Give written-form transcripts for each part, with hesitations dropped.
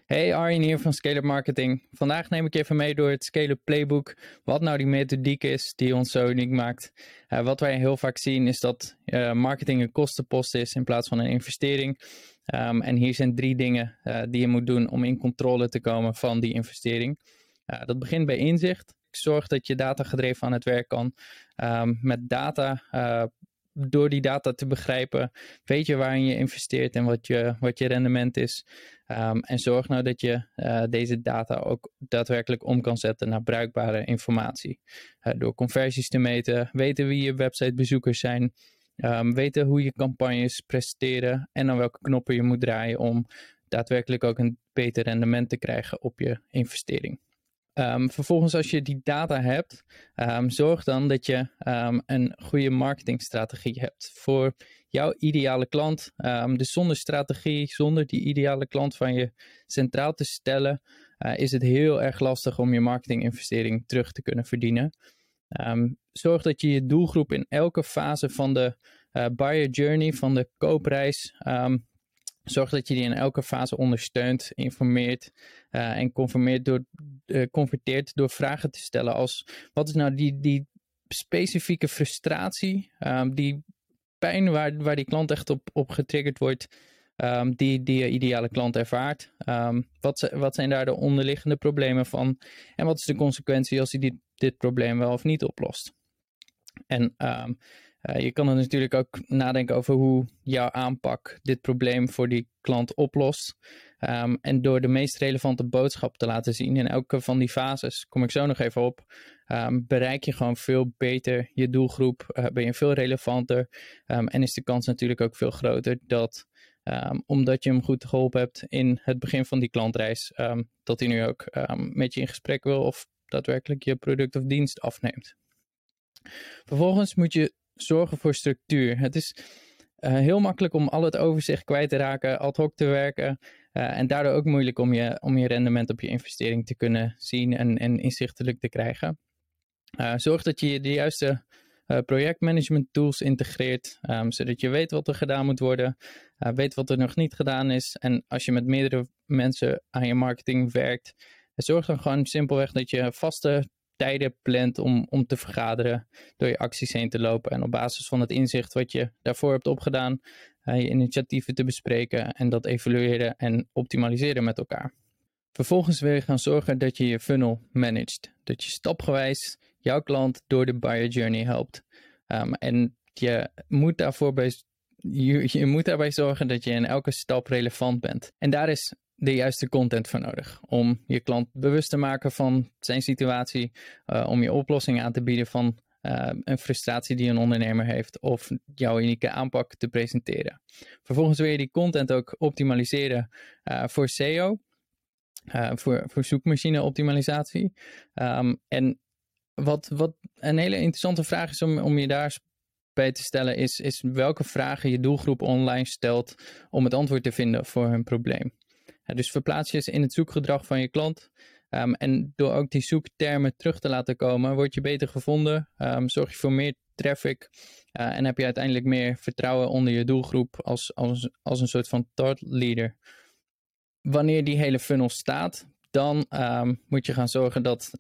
Hey, Arjen hier van Scale-up Marketing. Vandaag neem ik je even mee door het Scale-up Playbook. Wat nou die methodiek is die ons zo uniek maakt. Wat wij heel vaak zien is dat marketing een kostenpost is in plaats van een investering. En hier zijn 3 dingen die je moet doen om in controle te komen van die investering. Dat begint bij inzicht. Zorg dat je datagedreven aan het werk kan. Met data, door die data te begrijpen, weet je waarin je investeert en wat je rendement is. En zorg nou dat je deze data ook daadwerkelijk om kan zetten naar bruikbare informatie. Door conversies te meten, weten wie je websitebezoekers zijn, weten hoe je campagnes presteren en aan welke knoppen je moet draaien om daadwerkelijk ook een beter rendement te krijgen op je investering. Vervolgens, als je die data hebt, zorg dan dat je een goede marketingstrategie hebt voor jouw ideale klant. Dus zonder strategie, zonder die ideale klant van je centraal te stellen, is het heel erg lastig om je marketinginvestering terug te kunnen verdienen. Zorg dat je je doelgroep in elke fase van de buyer journey, van de koopreis, zorg dat je die in elke fase ondersteunt, informeert en converteert door vragen te stellen als: wat is nou die specifieke frustratie, die pijn waar die klant echt op getriggerd wordt, die je ideale klant ervaart? Wat zijn daar de onderliggende problemen van? En wat is de consequentie als hij dit probleem wel of niet oplost? En je kan er natuurlijk ook nadenken over hoe jouw aanpak dit probleem voor die klant oplost. En door de meest relevante boodschap te laten zien in elke van die fases, kom ik zo nog even op, bereik je gewoon veel beter je doelgroep, ben je veel relevanter en is de kans natuurlijk ook veel groter dat, omdat je hem goed geholpen hebt in het begin van die klantreis, dat hij nu ook met je in gesprek wil of daadwerkelijk je product of dienst afneemt. Vervolgens moet je zorgen voor structuur. Het is heel makkelijk om al het overzicht kwijt te raken, ad hoc te werken en daardoor ook moeilijk om je rendement op je investering te kunnen zien en inzichtelijk te krijgen. Zorg dat je de juiste projectmanagement tools integreert, zodat je weet wat er gedaan moet worden, weet wat er nog niet gedaan is. En als je met meerdere mensen aan je marketing werkt, zorg dan gewoon simpelweg dat je vaste tijden plant om te vergaderen, door je acties heen te lopen en op basis van het inzicht wat je daarvoor hebt opgedaan, je initiatieven te bespreken en dat evalueren en optimaliseren met elkaar. Vervolgens wil je gaan zorgen dat je je funnel managt, dat je stapgewijs jouw klant door de buyer journey helpt. En je moet daarbij zorgen dat je in elke stap relevant bent. En daar is de juiste content voor nodig. Om je klant bewust te maken van zijn situatie. Om je oplossing aan te bieden van een frustratie die een ondernemer heeft. Of jouw unieke aanpak te presenteren. Vervolgens wil je die content ook optimaliseren voor SEO. Voor zoekmachine optimalisatie. En wat een hele interessante vraag is om je daar bij te stellen is welke vragen je doelgroep online stelt om het antwoord te vinden voor hun probleem. Dus verplaats je in het zoekgedrag van je klant. En door ook die zoektermen terug te laten komen, word je beter gevonden. Zorg je voor meer traffic. En heb je uiteindelijk meer vertrouwen onder je doelgroep als een soort van thought leader. Wanneer die hele funnel staat, dan moet je gaan zorgen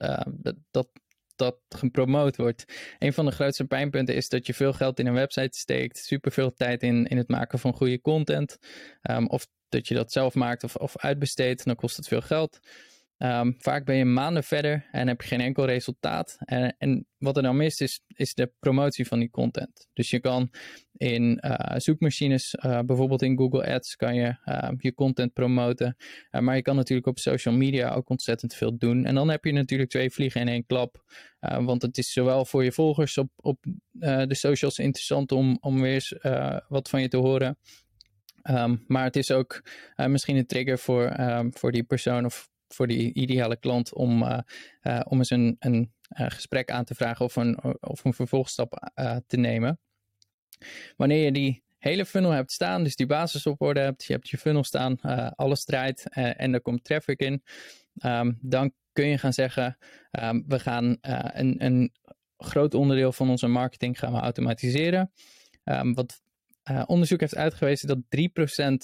dat gepromoot wordt. Een van de grootste pijnpunten is dat je veel geld in een website steekt, superveel tijd in het maken van goede content, of dat je dat zelf maakt of uitbesteedt, dan kost het veel geld. Vaak ben je maanden verder en heb je geen enkel resultaat. En wat er dan mist is de promotie van die content. Dus je kan in zoekmachines, bijvoorbeeld in Google Ads, kan je je content promoten. Maar je kan natuurlijk op social media ook ontzettend veel doen. En dan heb je natuurlijk 2 vliegen in 1 klap. Want het is zowel voor je volgers op de socials interessant om weer eens wat van je te horen. Maar het is ook misschien een trigger voor die persoon of voor die ideale klant om eens een gesprek aan te vragen of een vervolgstap te nemen. Wanneer je die hele funnel hebt staan, dus die basis op orde hebt, je hebt je funnel staan, alles draait en er komt traffic in, dan kun je gaan zeggen, we gaan een groot onderdeel van onze marketing gaan we automatiseren. Wat onderzoek heeft uitgewezen dat 3%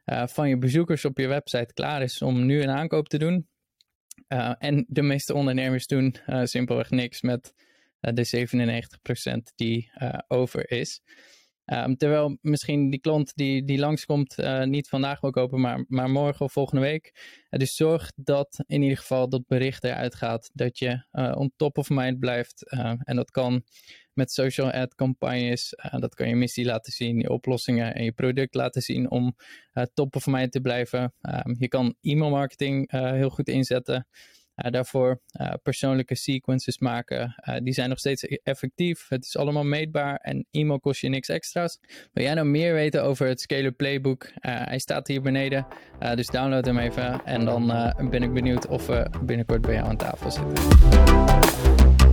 van je bezoekers op je website klaar is om nu een aankoop te doen. En de meeste ondernemers doen simpelweg niks met de 97% die over is. Terwijl misschien die klant die langskomt niet vandaag wil kopen, maar morgen of volgende week. Dus zorg dat in ieder geval dat bericht eruit gaat. Dat je on top of mind blijft. En dat kan met social ad campagnes. Dat kan je missie laten zien, je oplossingen en je product laten zien om top of mind te blijven. Je kan e-mail marketing heel goed inzetten. Daarvoor persoonlijke sequences maken. Die zijn nog steeds effectief. Het is allemaal meetbaar en e-mail kost je niks extra's. Wil jij nou meer weten over het Scale-up Playbook? Hij staat hier beneden. Dus download hem even. En dan ben ik benieuwd of we binnenkort bij jou aan tafel zitten.